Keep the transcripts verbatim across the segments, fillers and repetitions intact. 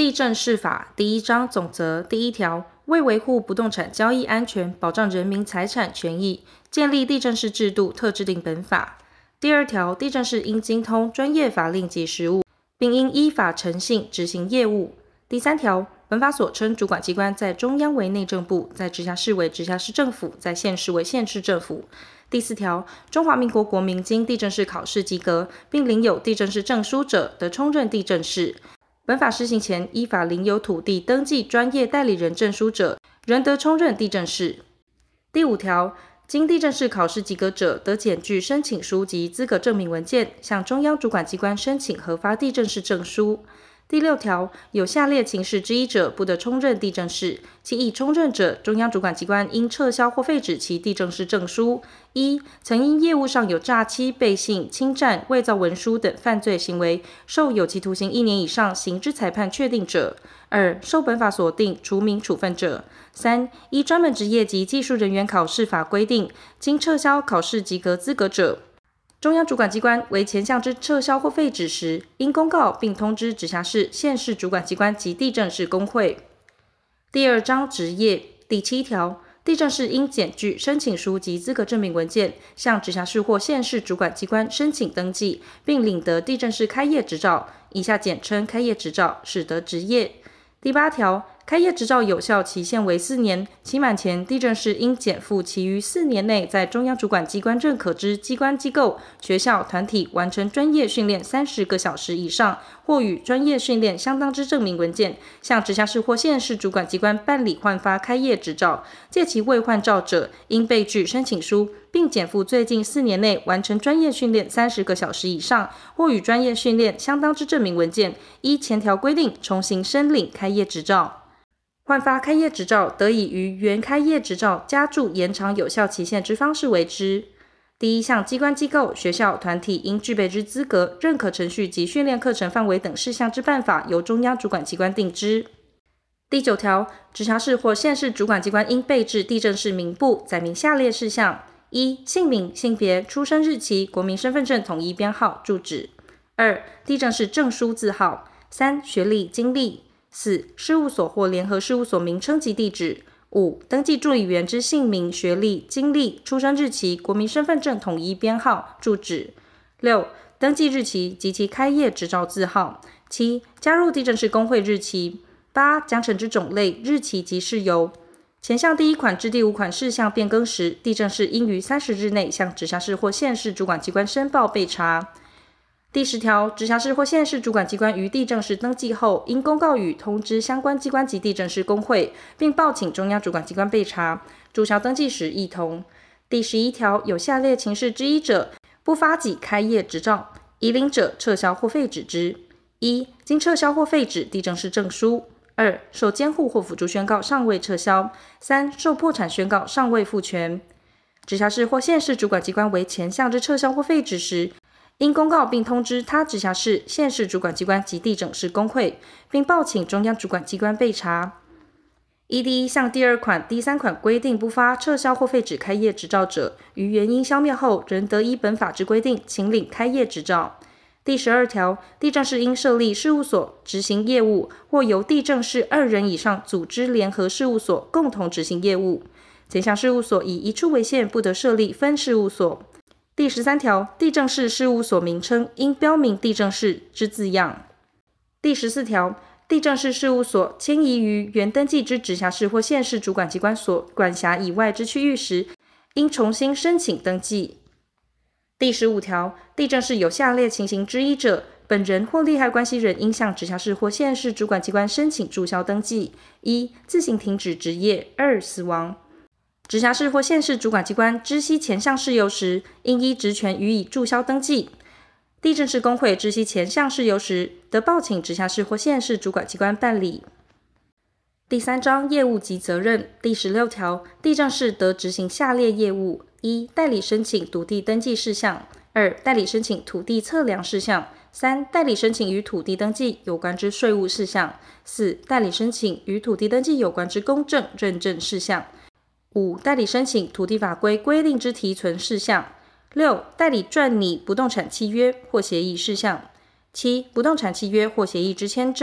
地政士法第一章总则第一条，为维护不动产交易安全，保障人民财产权益，建立地政士制度，特制定本法。第二条，地政士应精通专业法令及实务，并应依法诚信执行业务。第三条，本法所称主管机关，在中央为内政部，在直辖市为直辖市政府，在县市为县市政府。第四条，中华民国国民经地政士考试及格，并领有地政士证书者，得充任地政士。本法施行前，依法领有土地登记专业代理人证书者，仍得充任地政士。第五条，经地政士考试及格者，得检具申请书及资格证明文件，向中央主管机关申请核发地政士证书。第六条，有下列情事之一者，不得充任地政士。其已充任者，中央主管机关应撤销或废止其地政士证书。一、曾因业务上有诈欺、背信、侵占、伪造文书等犯罪行为，受有期徒刑一年以上刑之裁判确定者；二、受本法所定除名处分者；三、依专门职业及技术人员考试法规定，经撤销考试及格资格者。中央主管机关为前项之撤销或废止时，应公告并通知直辖市、县市主管机关及地政士公会。第二章职业第七条，地政士应检具申请书及资格证明文件，向直辖市或县市主管机关申请登记，并领得地政士开业执照（以下简称开业执照），使得执业。第八条，开业执照有效期限为四年，期满前，地政士应减负其余四年内在中央主管机关认可之机关、机构、学校、团体完成专业训练三十个小时以上，或与专业训练相当之证明文件，向直辖市或县市主管机关办理换发开业执照。届期未换照者，应备具申请书，并减负最近四年内完成专业训练三十个小时以上，或与专业训练相当之证明文件，依前条规定重新申领开业执照。换发开业执照得以于原开业执照加注延长有效期限之方式为之。第一项机关、机构、学校、团体应具备之资格、认可程序及训练课程范围等事项之办法，由中央主管机关定之。第九条，直辖市或县市主管机关应备置地政士名簿，载明下列事项：一、姓名、性别、出生日期、国民身份证统一编号、住址；二、地政士证书字号；三、学历、经历；四、事务所或联合事务所名称及地址；五、登记助理员之姓名、学历、经历、出生日期、国民身份证统一编号、住址；六、登记日期及其开业执照字号；七、加入地政士公会日期；八、奖惩之种类、日期及事由。前项第一款至第五款事项变更时，地政士应于三十日内向直辖市或县市主管机关申报备查。第十条，直辖市或县市主管机关于地政士登记后，应公告与通知相关机关及地政士公会，并报请中央主管机关备查，注销登记时一同。第十一条，有下列情事之一者，不发给开业执照，已领者撤销或废止之：一、经撤销或废止地政士证书；二、受监护或辅助宣告尚未撤销；三、受破产宣告尚未复权。直辖市或县市主管机关为前项之撤销或废止时，应公告并通知他直辖市、县市主管机关及地政士公会，并报请中央主管机关备查。依第一项第二款、第三款规定不发撤销或废止开业执照者，于原因消灭后，仍得依本法之规定请领开业执照。第十二条，地政士应设立事务所执行业务，或由地政士二人以上组织联合事务所共同执行业务。前项事务所以一处为限，不得设立分事务所。第十三条，地政士事务所名称应标明地政士之字样。第十四条，地政士事务所迁移于原登记之直辖市或县市主管机关所管辖以外之区域时，应重新申请登记。第十五条，地政士有下列情形之一者，本人或利害关系人应向直辖市或县市主管机关申请注销登记：一、自行停止职业；二、死亡。直辖市或县市主管机关知悉前项事由时，应依职权予以注销登记。地政士公会知悉前项事由时，得报请直辖市或县市主管机关办理。第三章业务及责任第十六条，地政士得执行下列业务：一、代理申请土地登记事项；二、代理申请土地测量事项；三、代理申请与土地登记有关之税务事项；四、代理申请与土地登记有关之公证认证事项；五、代理申请土地法规规定之提存事项；六、代理撰拟不动产契约或协议事项；七、不动产契约或协议之签证；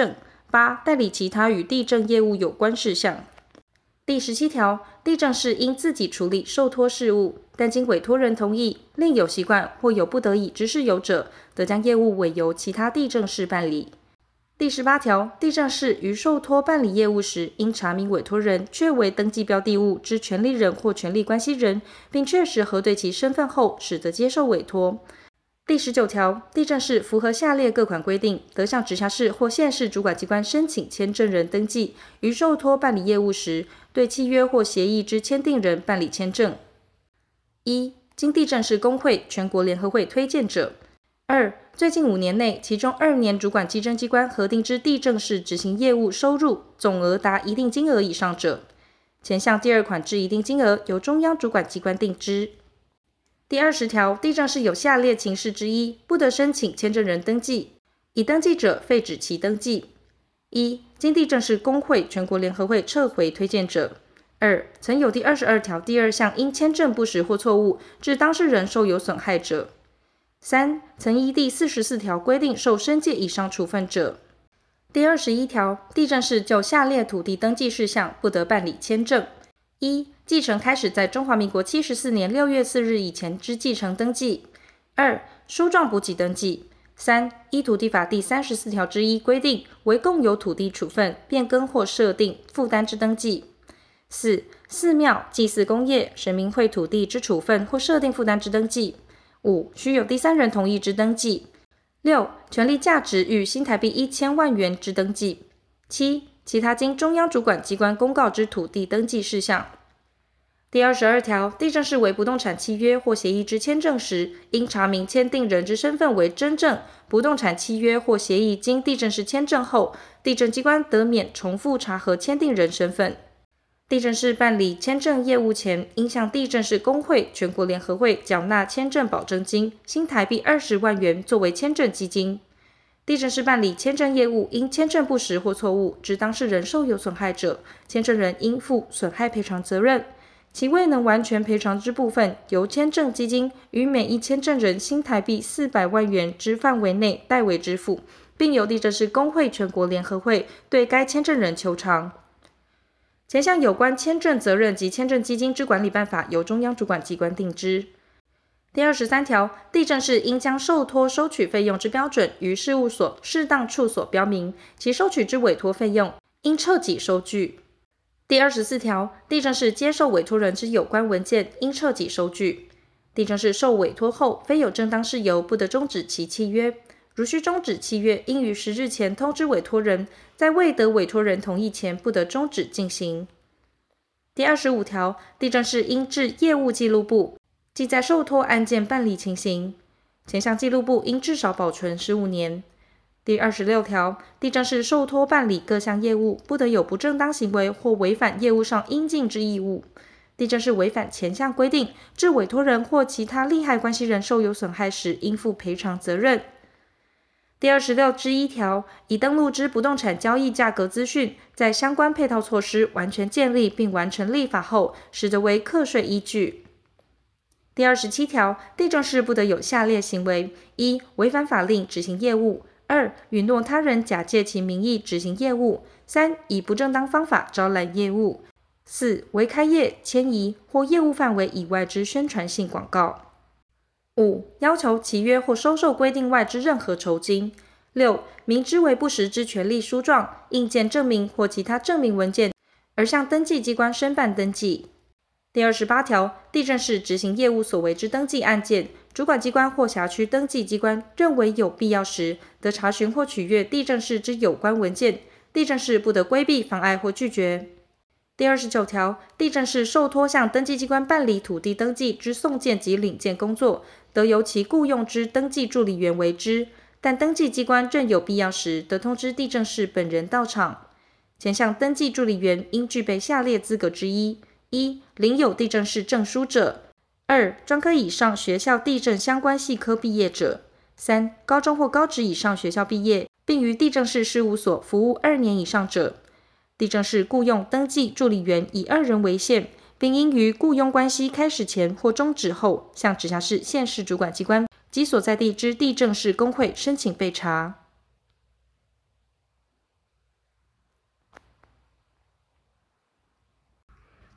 八、代理其他与地政业务有关事项。第十七条，地政士应自己处理受托事务，但经委托人同意，另有习惯或有不得已之事由者，得将业务委由其他地政士办理。第十八条，地政士于受托办理业务时，应查明委托人确为登记标的物之权利人或权利关系人，并确实核对其身份后，始得接受委托。第十九条，地政士符合下列各款规定，得向直辖市或县市主管机关申请签证人登记，于受托办理业务时，对契约或协议之签订人办理签证。一、经地政士公会、全国联合会推荐者。二、最近五年内，其中二年主管稽征机关核定之地政士执行业务收入总额达一定金额以上者。前项第二款之一定金额，由中央主管机关定之。第二十条，地政士有下列情事之一，不得申请签证人登记：已登记者，废止其登记。一、经地政士公会、全国联合会撤回推荐者。二、曾有第二十二条第二项因签证不实或错误，致当事人受有损害者。三、曾依第四十四条规定受申诫以上处分者。第二十一条，地政士就下列土地登记事项不得办理签证：一、继承开始在中华民国七十四年六月四日以前之继承登记；二、书状补给登记；三、依土地法第三十四条之一规定为共有土地处分、变更或设定负担之登记；四、寺庙、祭祀公业、神明会土地之处分或设定负担之登记；五、须有第三人同意之登记；六、权利价值逾新台币一千万元之登记；七、其他经中央主管机关公告之土地登记事项。第二十二条，地政士为不动产契约或协议之签证时，应查明签订人之身份为真正不动产契约或协议经地政士签证后，地政机关得免重复查核签订人身份。地政士办理签证业务前，应向地政士公会、全国联合会缴纳签证保证金新台币二十万元作为签证基金。地政士办理签证业务因签证不实或错误致当事人受有损害者，签证人应负损害赔偿责任。其未能完全赔偿之部分，由签证基金于每一签证人新台币四百万元之范围内代为支付，并由地政士公会全国联合会对该签证人求偿。前项有关签证责任及签证基金之管理办法，由中央主管机关定之。第二十三条，地政士应将受托收取费用之标准于事务所适当处所标明，其收取之委托费用应彻己收据。第二十四条，地政士接受委托人之有关文件，应彻己收据。地政士受委托后，非有正当事由，不得终止其契约。如需终止契约，应于十日前通知委托人，在未得委托人同意前，不得终止进行。第二十五条，地政士应至业务记录簿，记载受托案件办理情形。前项记录簿应至少保存十五年。第二十六条，地政士受托办理各项业务，不得有不正当行为或违反业务上应尽之义务。地政士违反前项规定，致委托人或其他利害关系人受有损害时，应负赔偿责任。第二十六之一条，已登录之不动产交易价格资讯，在相关配套措施完全建立并完成立法后，使得为课税依据。第二十七条，地政士不得有下列行为：一、违反法令执行业务；二、允诺他人假借其名义执行业务；三、以不正当方法招揽业务；四、为开业、迁移或业务范围以外之宣传性广告；五、要求契约或收受规定外之任何酬金；六、明知为不实之权利书状、印鉴证明或其他证明文件，而向登记机关申办登记。第二十八条，地政士执行业务所为之登记案件，主管机关或辖区登记机关认为有必要时，得查询或取阅地政士之有关文件，地政士不得规避、妨碍或拒绝。第二十九条，地政士受托向登记机关办理土地登记之送件及领件工作，得由其雇用之登记助理员为之，但登记机关认有必要时，得通知地政士本人到场。前项登记助理员应具备下列资格之一：一、领有地政士证书者；二、专科以上学校地政相关系科毕业者；三、高中或高职以上学校毕业，并于地政士事务所服务二年以上者。地政士雇用登记助理员以二人为限，并应于雇佣关系开始前或终止后，向直辖市、县市主管机关及所在地之地政士公会申请备查。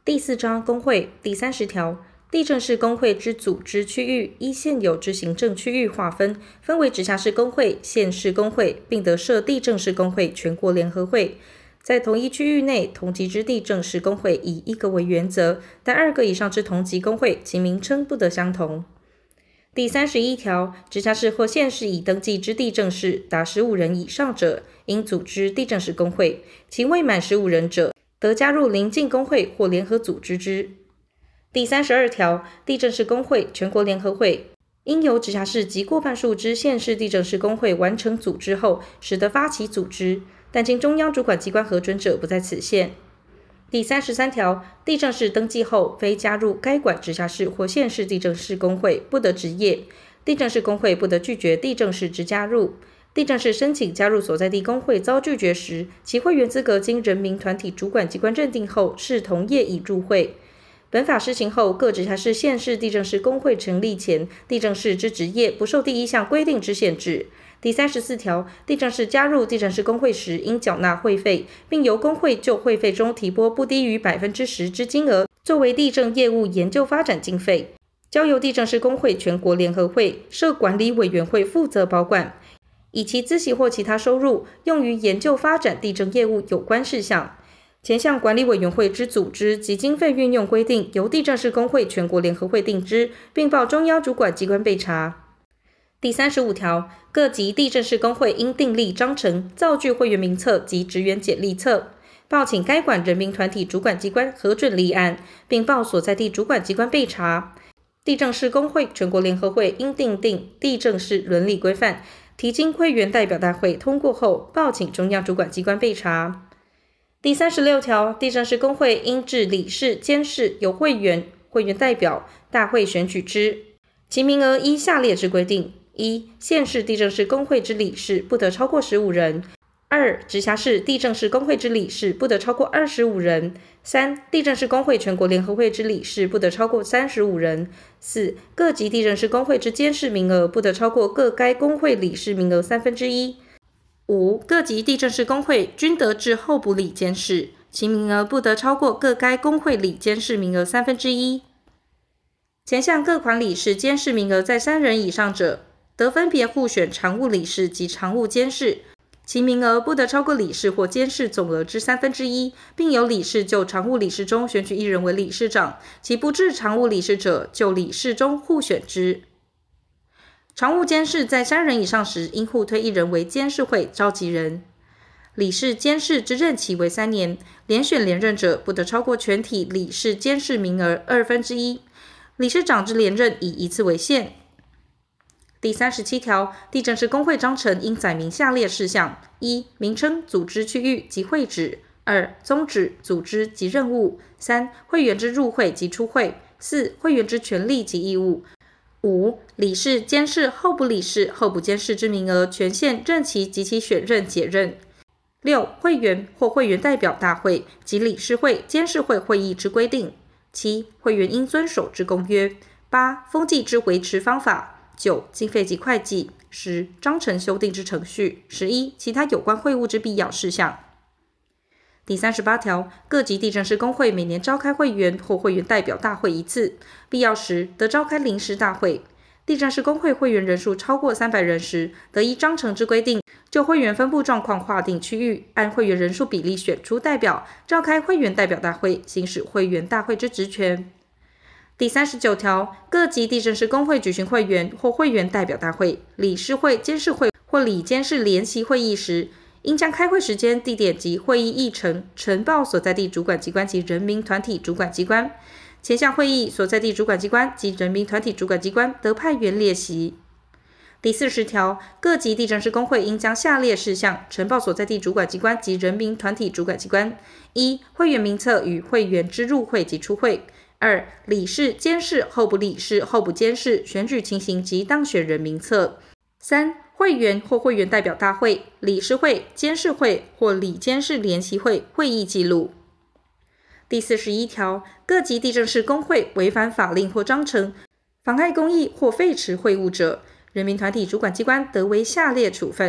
第四章工会第三十条，地政士工会之组织区域依现有之行政区域划分，分为直辖市工会、县市工会，并得设地政士工会全国联合会。在同一区域内同级之地政士工会以一个为原则，但二个以上之同级工会，其名称不得相同。第三十一条，直辖市或县市已登记之地政士达十五人以上者，应组织地政士工会；其未满十五人者，得加入邻近工会或联合组织之。第三十二条，地政士工会全国联合会应由直辖市及过半数之县市地政士工会完成组织后，使得发起组织，但经中央主管机关核准者不在此限。第三十三条，地政士登记后，非加入该管直辖市或县市地政士工会，不得执业。地政士工会不得拒绝地政士之加入。地政士申请加入所在地工会遭拒绝时，其会员资格经人民团体主管机关认定后，视同业已入会。本法施行后，各直辖市、县市地政士工会成立前，地政士之职业不受第一项规定之限制。第三十四条，地政士加入地政士工会时，应缴纳会费，并由工会就会费中提拨不低于百分之十之金额，作为地政业务研究发展经费，交由地政士工会全国联合会设管理委员会负责保管，以其孳息或其他收入用于研究发展地政业务有关事项。前项管理委员会之组织及经费运用规定，由地政士工会全国联合会定之，并报中央主管机关备查。第三十五条，各级地政士工会应订立章程、造具会员名册及职员简历册，报请该管人民团体主管机关核准立案，并报所在地主管机关备查。地政士工会全国联合会应订定地政士伦理规范，提经会员代表大会通过后，报请中央主管机关备查。第三十六条，地政士工会应置理事、监事由会员、会员代表大会选举之，其名额依下列之规定：一、县市地政士工会之理事不得超过十五人；二、直辖市地政士工会之理事不得超过二十五人；三、地政士工会全国联合会之理事不得超过三十五人；四、各级地政士工会之监事名额不得超过各该工会理事名额三分之一。五、各级地政士工会均得置候补理监事，其名额不得超过各该工会理监事名额三分之一。前项各款理事、监事名额在三人以上者，得分别互选常务理事及常务监事，其名额不得超过理事或监事总额之三分之一，并由理事就常务理事中选举一人为理事长，其不置常务理事者，就理事中互选之。常务监事在三人以上时，应互推一人为监事会召集人。理事、监事之任期为三年，连选连任者不得超过全体理事、监事名额二分之一。理事长之连任以一次为限。第三十七条，地政士工会章程应载明下列事项：一、名称、组织区域及会址；二、宗旨、组织及任务；三、会员之入会及出会；四、会员之权利及义务；五、理事、监事、候补理事、候补监事之名额、权限、任期及其选任、解任；六、会员或会员代表大会及理事会、监事会会议之规定；七、会员应遵守之公约；八、风纪之维持方法；九、经费及会计；十、章程修订之程序；十一、其他有关会务之必要事项。第三十八条，各级地政士工会每年召开会员或会员代表大会一次，必要时得召开临时大会。地政士工会会员人数超过三百人时，得依章程之规定，就会员分布状况划定区域，按会员人数比例选出代表，召开会员代表大会，行使会员大会之职权。第三十九条，各级地政士工会举行会员或会员代表大会、理事会、监事会或理监事联席会议时，应将开会时间、地点及会议议程呈报所在地主管机关及人民团体主管机关。前项会议所在地主管机关及人民团体主管机关得派员列席。第四十条，各级地政士工会应将下列事项呈报所在地主管机关及人民团体主管机关：一、会员名册与会员之入会及出会；二、理事、监事、候补理事、候补监事选举情形及当选人名册；三、会员或会员代表大会、理事会、监事会或理监事联席会会议记录。第四十一条，各级地政士工会违反法令或章程，妨碍公益或废弛会务者，人民团体主管机关得为下列处分：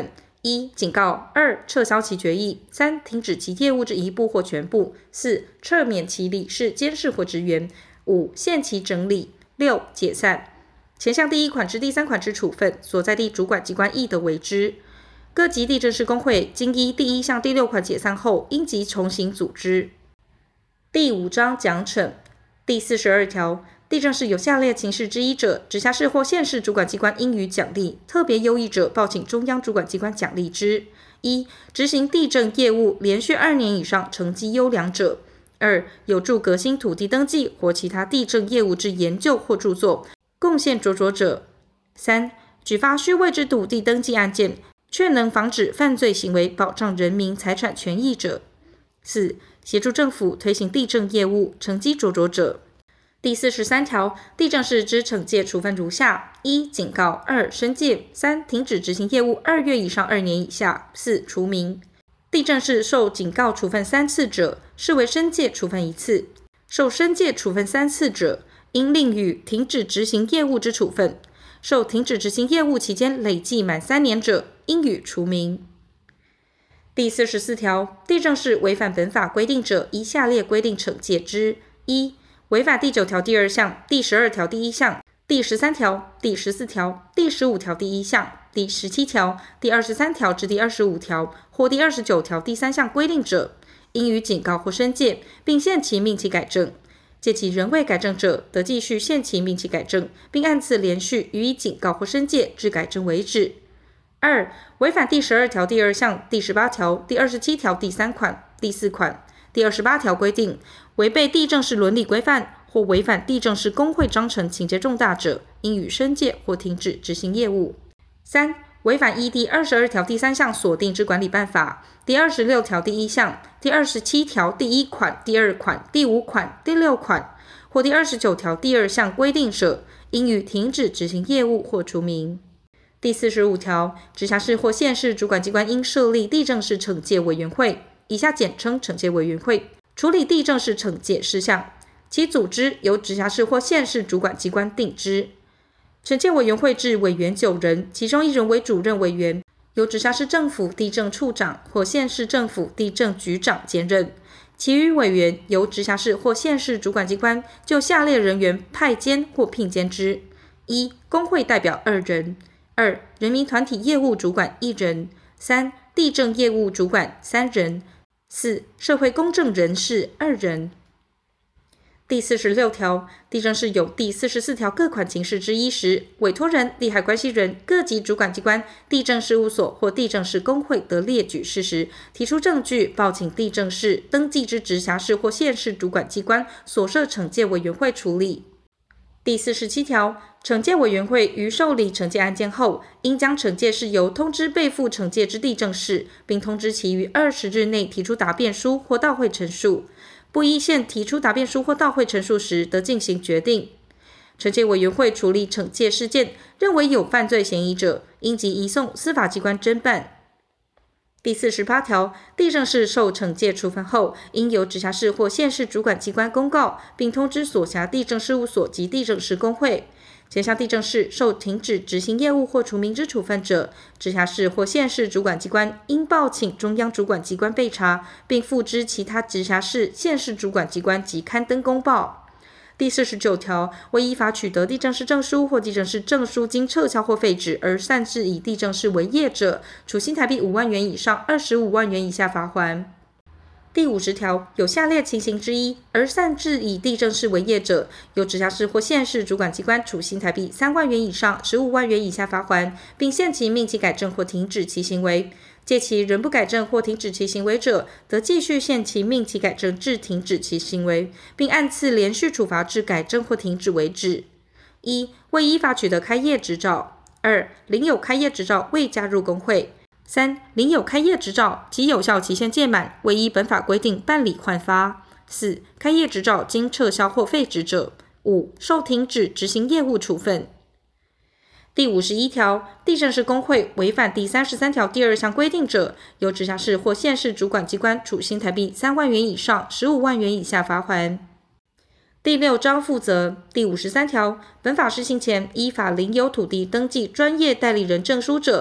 一、警告；二、撤销其决议；三、停止其业务之一部或全部；四、撤免其理事、监事或职员；五、限期整理；六、解散。前项第一款之第三款之处分，所在地主管机关亦得为之。各级地政士公会经依第一项第六款解散后，应即重新组织。第五章奖惩第四十二条，地政士有下列情事之一者，直辖市或县市主管机关应予奖励，特别优异者报请中央主管机关奖励之。一、执行地政业务连续二年以上成绩优良者；二、有助革新土地登记或其他地政业务之研究或著作，贡献卓卓者；三、举发虚伪之土地登记案件，却能防止犯罪行为，保障人民财产权益者；四、协助政府推行地政业务，成绩卓卓者。第四十三条，地政士之惩戒处分如下：一、警告；二、申诫；三、停止执行业务二月以上二年以下；四、除名。地政士受警告处分三次者，视为申诫处分一次；受申诫处分三次者，应另予停止执行业务之处分；受停止执行业务期间累计满三年者，应予除名。第四十四条，地政士违反本法规定者，依下列规定惩戒之：一、违反第九条第二项、第十二条第一项、第十三条、第十四条、第十五条第一项、第十七条、第二十三条至第二十五条或第二十九条第三项规定者，应予警告或申诫，并限期命其改正。借其仍未改正者，得继续限期命其改正，并按次连续予以警告或申诫，至改正为止。二、违反第十二条第二项、第十八条、第二十七条第三款、第四款、第二十八条规定，违背地政士伦理规范或违反地政士公会章程情节重大者，应予申诫或停止执行业务。三、违反依第二十二条第三项所定之管理办法、第二十六条第一项、第二十七条第一款、第二款、第五款、第六款或第二十九条第二项规定者，应予停止执行业务或除名。第四十五条，直辖市或县市主管机关应设立地政士惩戒委员会，以下简称惩戒委员会，处理地政士惩戒事项，其组织由直辖市或县市主管机关定之。惩戒委员会至委员九人，其中一人为主任委员，由直辖市政府地政处长或县市政府地政局长兼任，其余委员由直辖市或县市主管机关就下列人员派监或聘监之：一、工会代表二人；二、人民团体业务主管一人；三、地政业务主管三人；四、社会公正人士二人。第四十六条，地政士有第四十四条各款情事之一时，委托人、利害关系人、各级主管机关、地政事务所或地政士公会得列举事实，提出证据，报请地政士登记之直辖市或县市主管机关所设惩戒委员会处理。第四十七条，惩戒委员会于受理惩戒案件后，应将惩戒事由通知被负惩戒之地政士，并通知其于二十日内提出答辩书或到会陈述。不依宪提出答辩书或到会陈述时，得进行决定。惩戒委员会处理惩戒事件，认为有犯罪嫌疑者，应即移送司法机关侦办。第四十八条，地政士受惩戒处分后，应由直辖市或县市主管机关公告，并通知所辖地政事务所及地政士公会。前项地政士受停止执行业务或除名之处分者，直辖市或县市主管机关应报请中央主管机关备查，并付之其他直辖市、县市主管机关及刊登公报。第四十九条，为依法取得地政士证书或地政士证书经撤销或废止而擅自以地政士为业者，处新台币五万元以上二十五万元以下罚锾。第五十条，有下列情形之一而擅自以地政士为业者，由直辖市或县市主管机关处新台币三万元以上十五万元以下罚锾，并限期命其改正或停止其行为。借其仍不改正或停止其行为者，得继续限期命其改正至停止其行为，并按次连续处罚至改正或停止为止。一、未依法取得开业执照；二、领有开业执照未加入公会；三、领有开业执照其有效期限届满，未依本法规定办理换发；四、开业执照经撤销或废止者；五、受停止执行业务处分。第五十一条，地政士公会违反第三十三条第二项规定者，由直辖市或县市主管机关处新台币三万元以上十五万元以下罚锾。第六章负责第五十三条，本法施行前依法领有土地登记专业代理人证书者，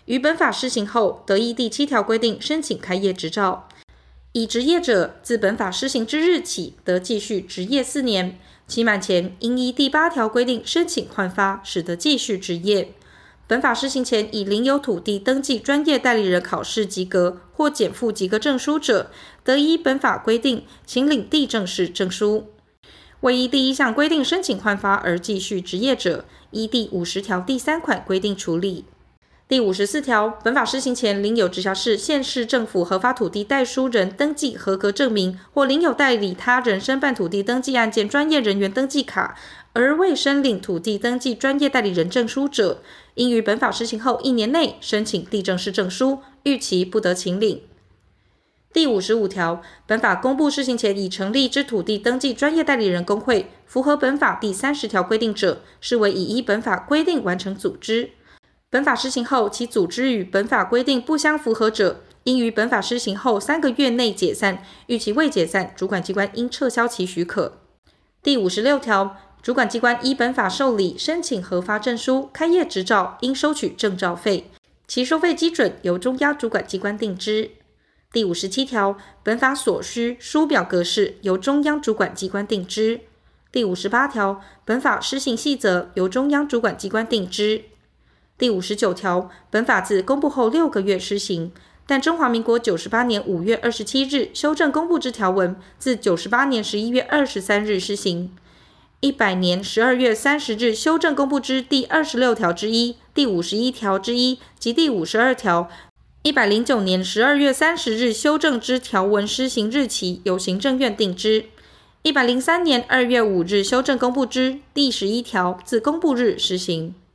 于本法施行后，得依第七条规定申请开业执照。已执业者，自本法施行之日起，得继续执业四年，期满前应依第八条规定申请换发，使得继续执业。本法施行前已领有土地登记专业代理人考试及格或减负及格证书者，得依本法规定请领地政士证书。未依第一项规定申请换发而继续执业者，依第五十条第三款规定处理。第五十四条，本法施行前领有直辖市、县市政府核发土地代书人登记合格证明，或领有代理他人申办土地登记案件专业人员登记卡，而未申领土地登记专业代理人证书者，应于本法施行后一年内申请地政士证书，逾期不得请领。第五十五条，本法公布施行前已成立之土地登记专业代理人公会，符合本法第三十条规定者，视为已依本法规定完成组织。本法施行后，其组织与本法规定不相符合者，应于本法施行后三个月内解散，逾期未解散，主管机关应撤销其许可。第五十六条，主管机关依本法受理申请核发证书、开业执照，应收取证照费，其收费基准由中央主管机关定之。第五十七条，本法所需书表格式由中央主管机关定之。第五十八条，本法施行细则由中央主管机关定之。第五十九条，本法自公布后六个月施行，但中华民国九十八年五月二十七日修正公布之条文，自九十八年十一月二十三日施行。一百年十二月三十日修正公布之第二十六条之一、第五十一条之一及第五十二条，一百零九年十二月三十日修正之条文施行日期由行政院定之。一百零三年二月五日修正公布之第十一条自公布日施行。